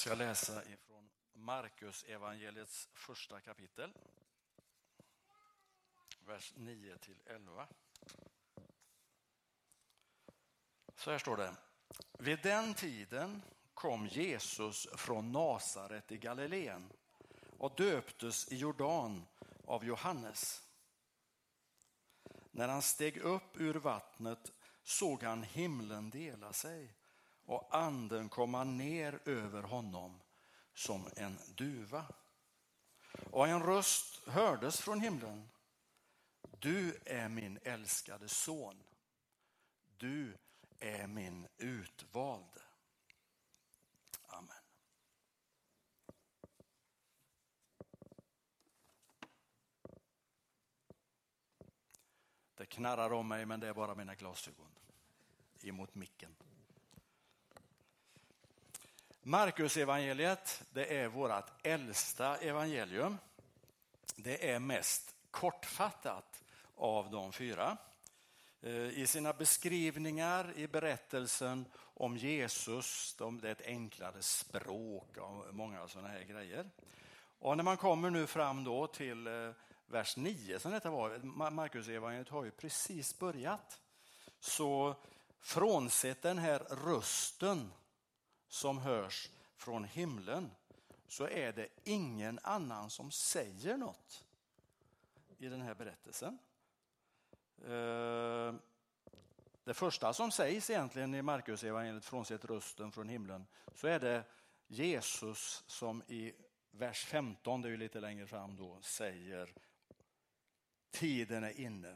ska läsa ifrån Markus evangeliets första kapitel, vers 9-11. Så här står det. Vid den tiden kom Jesus från Nasaret i Galileen och döptes i Jordan av Johannes. När han steg upp ur vattnet såg han himlen dela sig och anden komma ner över honom som en duva. Och en röst hördes från himlen. Du är min älskade son. Du är min utvalde. Amen. Det knarrar om mig, men det är bara mina glasögon emot micken. Markus evangeliet, det är vårt äldsta evangelium. Det är mest kortfattat av de fyra. I sina beskrivningar i berättelsen om Jesus, det är ett enklare språk och många sådana här grejer. Och när man kommer nu fram då till vers 9, som detta var, Markus evangeliet har ju precis börjat. Så frånsett den här rösten som hörs från himlen så är det ingen annan som säger något i den här berättelsen. Det första som sägs egentligen i Markus evangeliet frånsett rösten från himlen, så är det Jesus som i vers 15, det är ju lite längre fram då, säger: tiden är inne.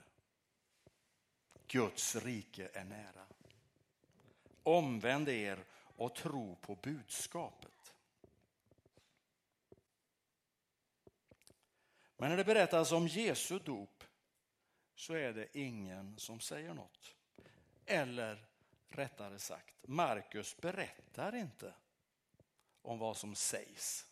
Guds rike är nära. Omvänd er och tro på budskapet. Men när det berättas om Jesu dop så är det ingen som säger något. Eller rättare sagt, Markus berättar inte om vad som sägs.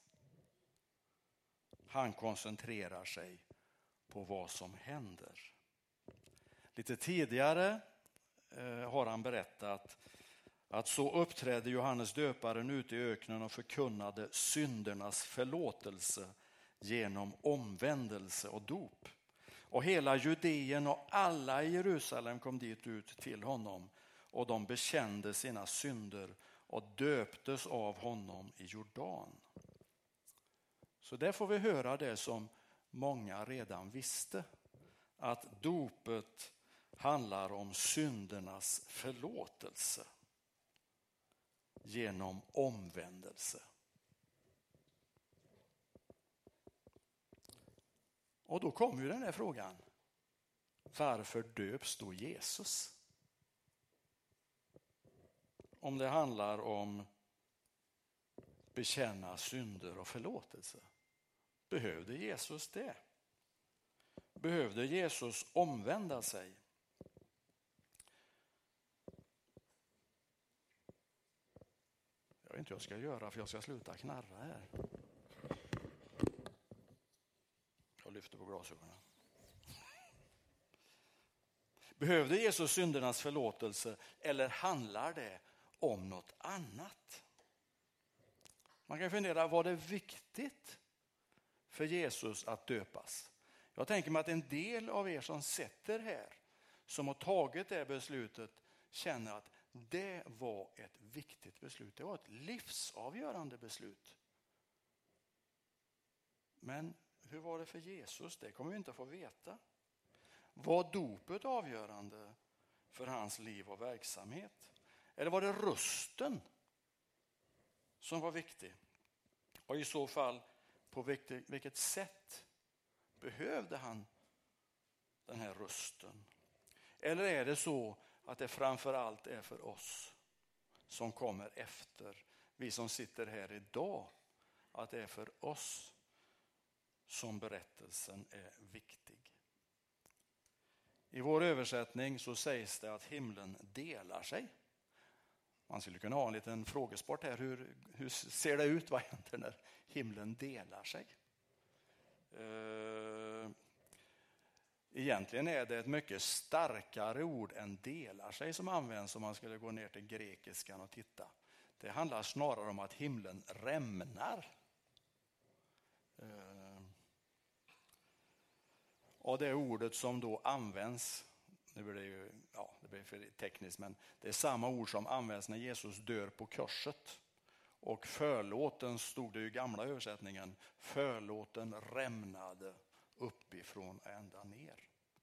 Han koncentrerar sig på vad som händer. Lite tidigare har han berättat att så uppträdde Johannes döparen ute i öknen och förkunnade syndernas förlåtelse genom omvändelse och dop. Och hela Judeen och alla i Jerusalem kom dit ut till honom, och de bekände sina synder och döptes av honom i Jordan. Så där får vi höra det som många redan visste, att dopet handlar om syndernas förlåtelse genom omvändelse. Och då kommer ju den här frågan: varför döps då Jesus? Om det handlar om bekänna synder och förlåtelse. Behövde Jesus det? Behövde Jesus omvända sig? Jag vet inte vad jag ska göra, för jag ska sluta knarra här. Jag lyfter på glasögonen. Behövde Jesus syndernas förlåtelse, eller handlar det om något annat? Man kan fundera, var det viktigt för Jesus att döpas? Jag tänker mig att en del av er som sitter här, som har tagit det beslutet, känner att det var ett viktigt beslut. Det var ett livsavgörande beslut. Men hur var det för Jesus? Det kommer vi inte att få veta. Var dopet avgörande för hans liv och verksamhet? Eller var det rösten som var viktig? Och i så fall, på vilket sätt behövde han den här rösten? Eller är det så att det framför allt är för oss som kommer efter, vi som sitter här idag, att det är för oss som berättelsen är viktig? I vår översättning så sägs det att himlen delar sig. Man skulle kunna ha en liten frågesport här. Hur ser det ut? Vad händer när himlen delar sig? Egentligen är det ett mycket starkare ord än delar sig som används om man skulle gå ner till grekiskan och titta. Det handlar snarare om att himlen rämnar. Och det ordet som då används, nu blir det ju, det blir för tekniskt, men det är samma ord som används när Jesus dör på korset. Och förlåten, stod det i gamla översättningen, förlåten rämnade uppifrån ända ner.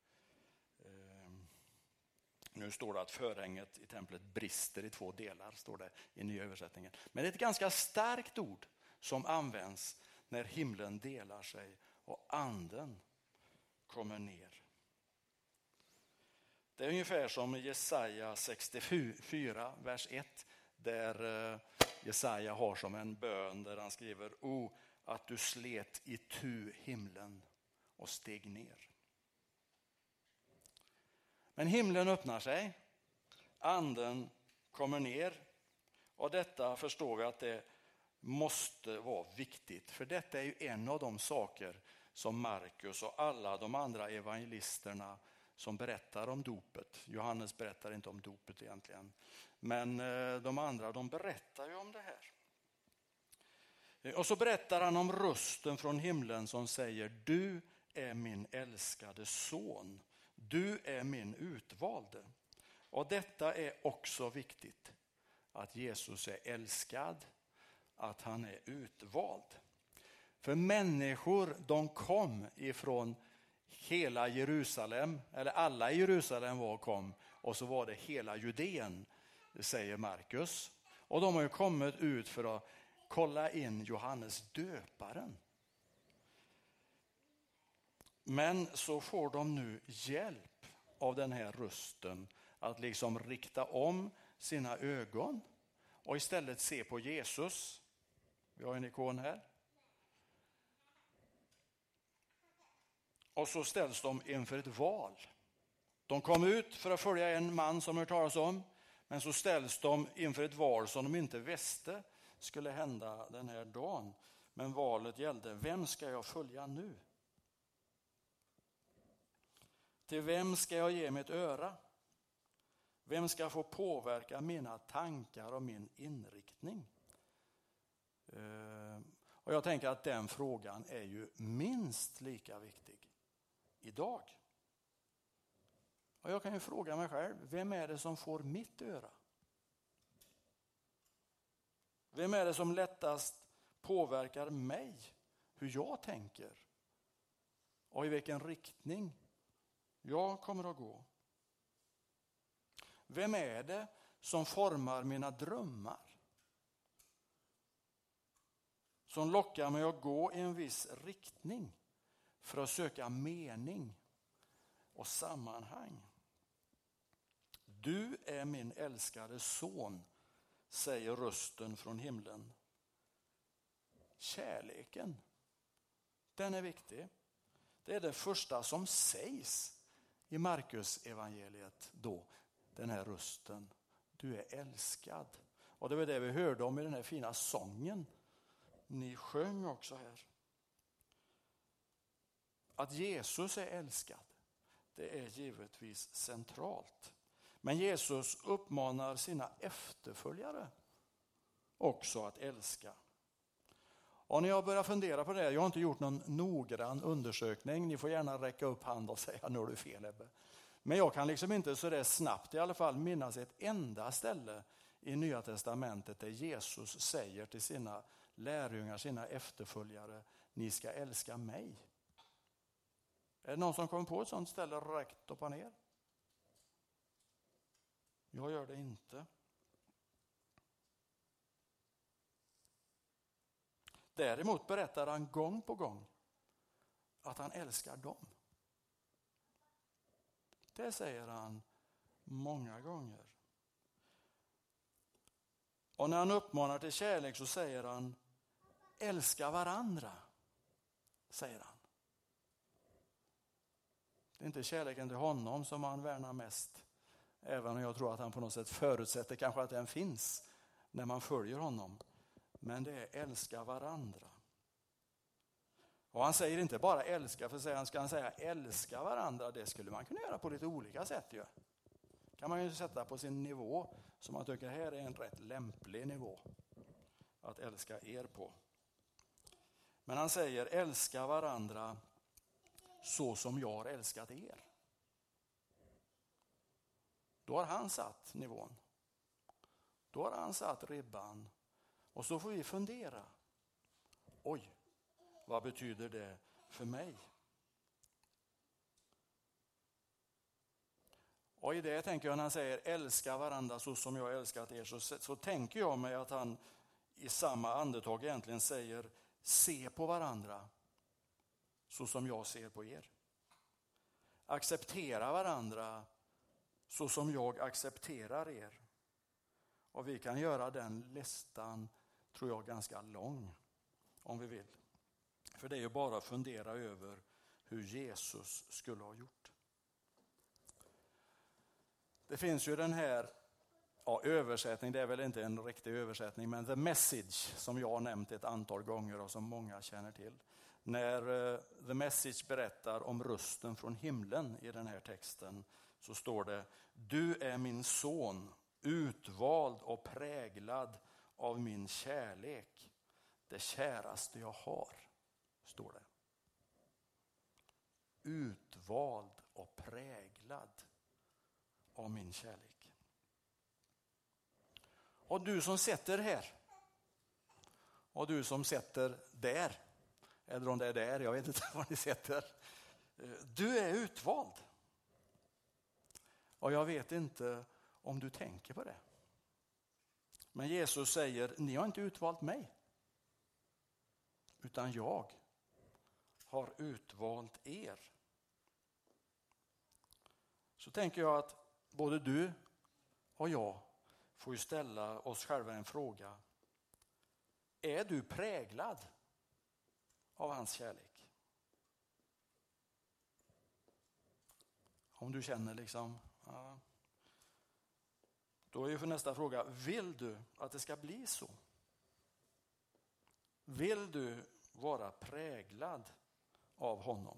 Nu står det att förhänget i templet brister i 2 delar, står det i nya översättningen. Men det är ett ganska starkt ord som används när himlen delar sig och anden kommer ner. Det är ungefär som i Jesaja 64, vers 1, där Jesaja har som en bön där han skriver: att du slet itu himlen och steg ner. Men himlen öppnar sig, anden kommer ner, och detta förstår vi att det måste vara viktigt. För detta är ju en av de saker som Markus och alla de andra evangelisterna som berättar om dopet. Johannes berättar inte om dopet egentligen. Men de andra, de berättar ju om det här. Och så berättar han om rösten från himlen som säger: du är min älskade son. Du är min utvalde. Och detta är också viktigt. Att Jesus är älskad. Att han är utvald. För människor, de kom ifrån hela Jerusalem. Eller alla i Jerusalem kom. Och så var det hela Judeen, säger Markus. Och de har ju kommit ut för att kolla in Johannes döparen. Men så får de nu hjälp av den här rösten att liksom rikta om sina ögon och istället se på Jesus. Vi har en ikon här. Och så ställs de inför ett val. De kom ut för att följa en man som hört talas om, men så ställs de inför ett val som de inte visste skulle hända den här dagen. Men valet gällde: vem ska jag följa nu? Till vem ska jag ge mitt öra? Vem ska få påverka mina tankar och min inriktning? Och jag tänker att den frågan är ju minst lika viktig idag. Och jag kan ju fråga mig själv, vem är det som får mitt öra? Vem är det som lättast påverkar mig, hur jag tänker och i vilken riktning jag kommer att gå? Vem är det som formar mina drömmar? Som lockar mig att gå i en viss riktning för att söka mening och sammanhang. Du är min älskade son, säger rösten från himlen. Kärleken, den är viktig. Det är det första som sägs i Markus evangeliet då, den här rösten. Du är älskad. Och det var det vi hörde om i den här fina sången. Ni sjöng också här. Att Jesus är älskad, det är givetvis centralt. Men Jesus uppmanar sina efterföljare också att älska. Och när jag börjar fundera på det, jag har inte gjort någon noggrann undersökning. Ni får gärna räcka upp hand och säga: nu är du fel, Ebbe. Men jag kan liksom inte så där snabbt i alla fall minnas ett enda ställe i Nya testamentet där Jesus säger till sina lärjungar, sina efterföljare: ni ska älska mig. Är det någon som kommer på ett sånt ställe rätt upp och ner? Jag gör det inte. Däremot berättar han gång på gång att han älskar dem. Det säger han många gånger. Och när han uppmanar till kärlek så säger han: älska varandra, säger han. Det är inte kärleken till honom som han värnar mest. Även om jag tror att han på något sätt förutsätter kanske att den finns när man följer honom. Men det är älska varandra. Och han säger inte bara älska, för ska han säga älska varandra, det skulle man kunna göra på lite olika sätt ju. kan man ju sätta på sin nivå som man tycker här är en rätt lämplig nivå att älska er på. Men han säger, älska varandra så som jag har älskat er. Då har han satt nivån. Då har han satt ribban. Och så får vi fundera. Oj, vad betyder det för mig? Och i det tänker jag när han säger älska varandra så som jag har älskat er, så tänker jag mig att han i samma andetag egentligen säger se på varandra så som jag ser på er. Acceptera varandra så som jag accepterar er. Och vi kan göra den listan, tror jag, ganska lång om vi vill. För det är ju bara att fundera över hur Jesus skulle ha gjort. Det finns ju den här översättning, det är väl inte en riktig översättning, men The Message som jag har nämnt ett antal gånger och som många känner till. När The Message berättar om rösten från himlen i den här texten så står det: du är min son, utvald och präglad av min kärlek, det käraste jag har, står det. Utvald och präglad av min kärlek. Och du som sitter här, och du som sitter där, eller om det är där, jag vet inte var ni sitter. Du är utvald. Och jag vet inte om du tänker på det. Men Jesus säger, ni har inte utvalt mig, utan jag har utvalt er. Så tänker jag att både du och jag får ju ställa oss själva en fråga. Är du präglad av hans kärlek? Om du känner liksom, ja. Då är ju för nästa fråga, vill du att det ska bli så? Vill du vara präglad av honom?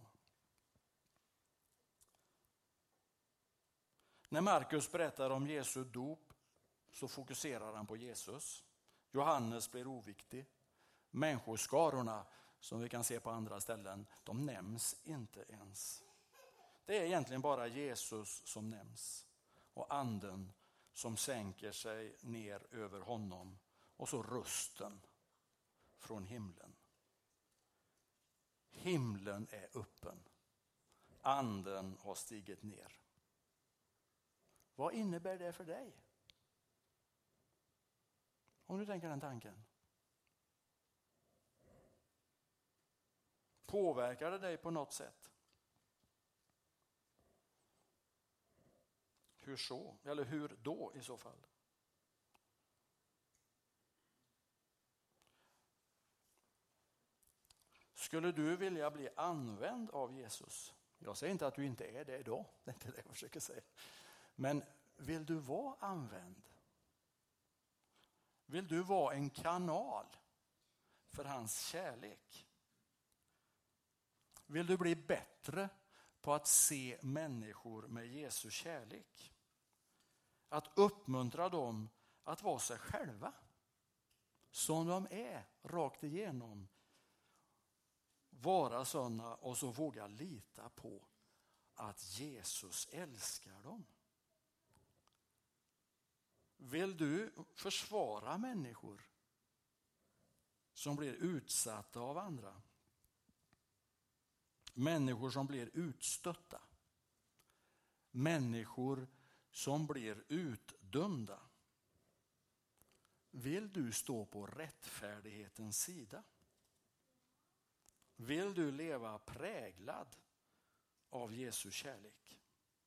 När Markus berättar om Jesu dop så fokuserar han på Jesus. Johannes blir oviktig. Människoskarorna, som vi kan se på andra ställen, de nämns inte ens. Det är egentligen bara Jesus som nämns och anden som sänker sig ner över honom och så rösten från himlen. Himlen är öppen. Anden har stigit ner. Vad innebär det för dig? Om du tänker den tanken. Påverkar det dig på något sätt? Hur så? Eller hur då i så fall? Skulle du vilja bli använd av Jesus? Jag säger inte att du inte är det idag. Det är inte det jag försöker säga. Men vill du vara använd? Vill du vara en kanal för hans kärlek? Vill du bli bättre på att se människor med Jesu kärlek? Att uppmuntra dem att vara sig själva som de är rakt igenom. Vara sådana och så våga lita på att Jesus älskar dem. Vill du försvara människor som blir utsatta av andra? Människor som blir utstötta. Människor som blir utdömda. Vill du stå på rättfärdighetens sida? Vill du leva präglad av Jesu kärlek?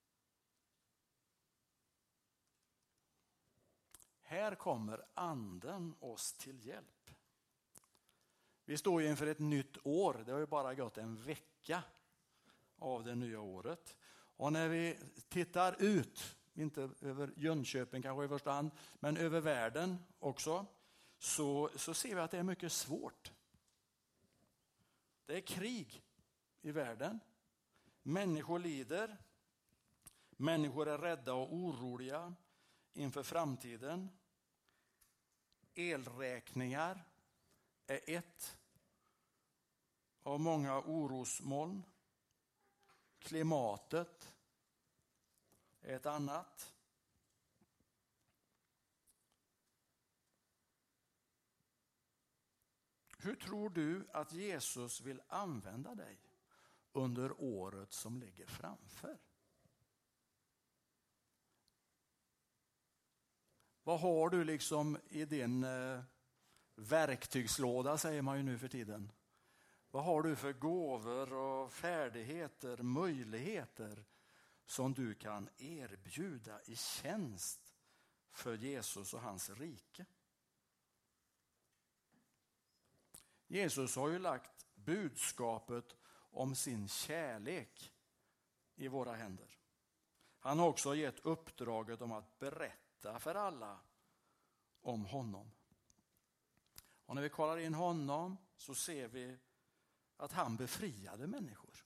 Här kommer anden oss till hjälp. Vi står ju inför ett nytt år. Det har ju bara gått en vecka av det nya året. Och när vi tittar ut, inte över Jönköping kanske i första hand, men över världen också, så ser vi att det är mycket svårt. Det är krig i världen. Människor lider. Människor är rädda och oroliga inför framtiden. Elräkningar är ett av många orosmoln. Klimatet är ett annat. Hur tror du att Jesus vill använda dig under året som ligger framför? Vad har du liksom i din verktygslåda, säger man ju nu för tiden? Vad har du för gåvor och färdigheter, möjligheter som du kan erbjuda i tjänst för Jesus och hans rike? Jesus har ju lagt budskapet om sin kärlek i våra händer. Han har också gett uppdraget om att berätta för alla om honom. Och när vi kollar in honom så ser vi att han befriade människor.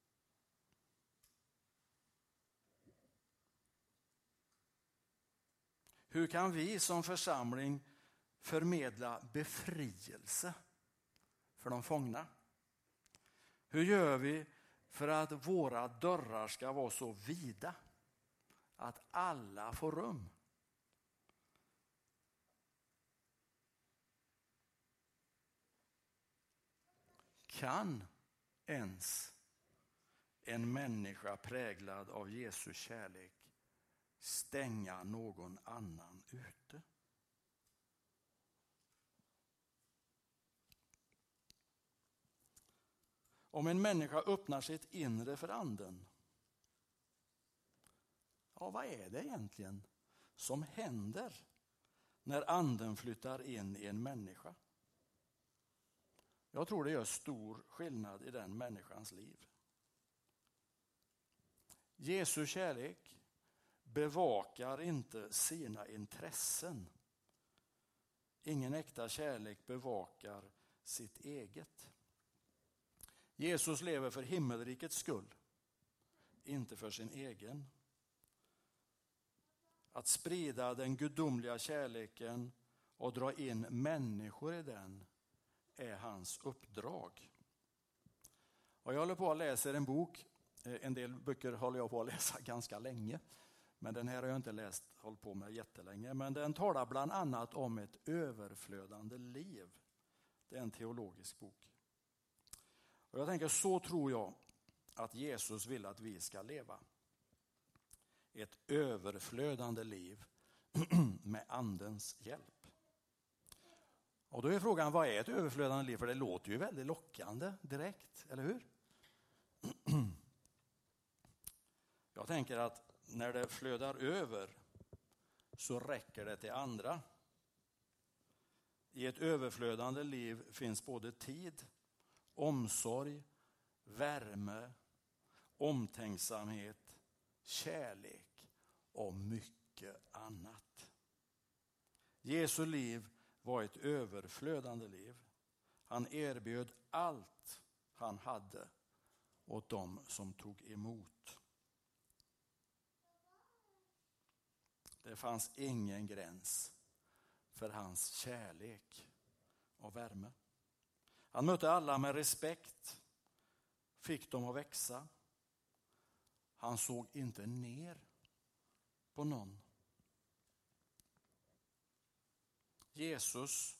Hur kan vi som församling förmedla befrielse för de fångna? Hur gör vi för att våra dörrar ska vara så vida att alla får rum? Kan ens en människa präglad av Jesu kärlek stänga någon annan ute? Om en människa öppnar sitt inre för anden, vad är det egentligen som händer när anden flyttar in i en människa? Jag tror det gör stor skillnad i den människans liv. Jesu kärlek bevakar inte sina intressen. Ingen äkta kärlek bevakar sitt eget. Jesus lever för himmelrikets skull, inte för sin egen. Att sprida den gudomliga kärleken och dra in människor i den är hans uppdrag. Och jag håller på att läsa en bok. En del böcker håller jag på att läsa ganska länge. Men den här har jag inte hållit på med jättelänge. Men den talar bland annat om ett överflödande liv. Det är en teologisk bok. Och jag tänker, så tror jag att Jesus vill att vi ska leva. Ett överflödande liv med andens hjälp. Och då är frågan, vad är ett överflödande liv? För det låter ju väldigt lockande direkt, eller hur? Jag tänker att när det flödar över så räcker det till andra. I ett överflödande liv finns både tid, omsorg, värme, omtänksamhet, kärlek och mycket annat. Jesu liv var ett överflödande liv. Han erbjöd allt han hade åt dem som tog emot. Det fanns ingen gräns för hans kärlek och värme. Han mötte alla med respekt, fick dem att växa. Han såg inte ner på någon. Jesus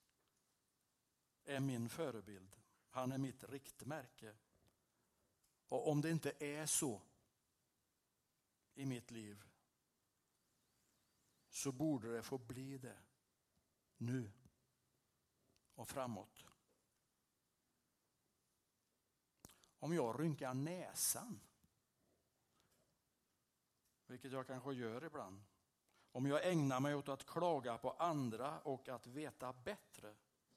är min förebild. Han är mitt riktmärke. Och om det inte är så i mitt liv så borde det få bli det nu och framåt. Om jag rynkar näsan, vilket jag kanske gör ibland, om jag ägnar mig åt att klaga på andra och att veta bättre,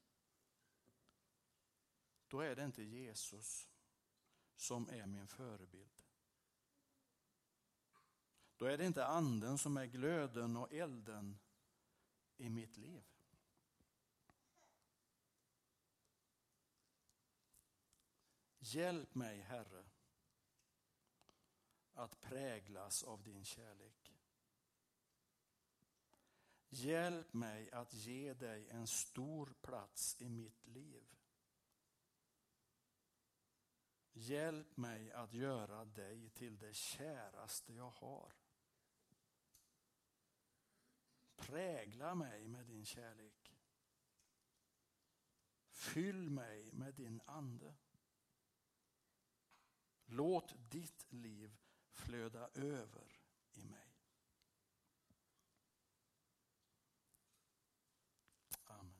då är det inte Jesus som är min förebild. Då är det inte anden som är glöden och elden i mitt liv. Hjälp mig, Herre, att präglas av din kärlek. Hjälp mig att ge dig en stor plats i mitt liv. Hjälp mig att göra dig till det käraste jag har. Prägla mig med din kärlek. Fyll mig med din ande. Låt ditt liv flöda över i mig. Amen.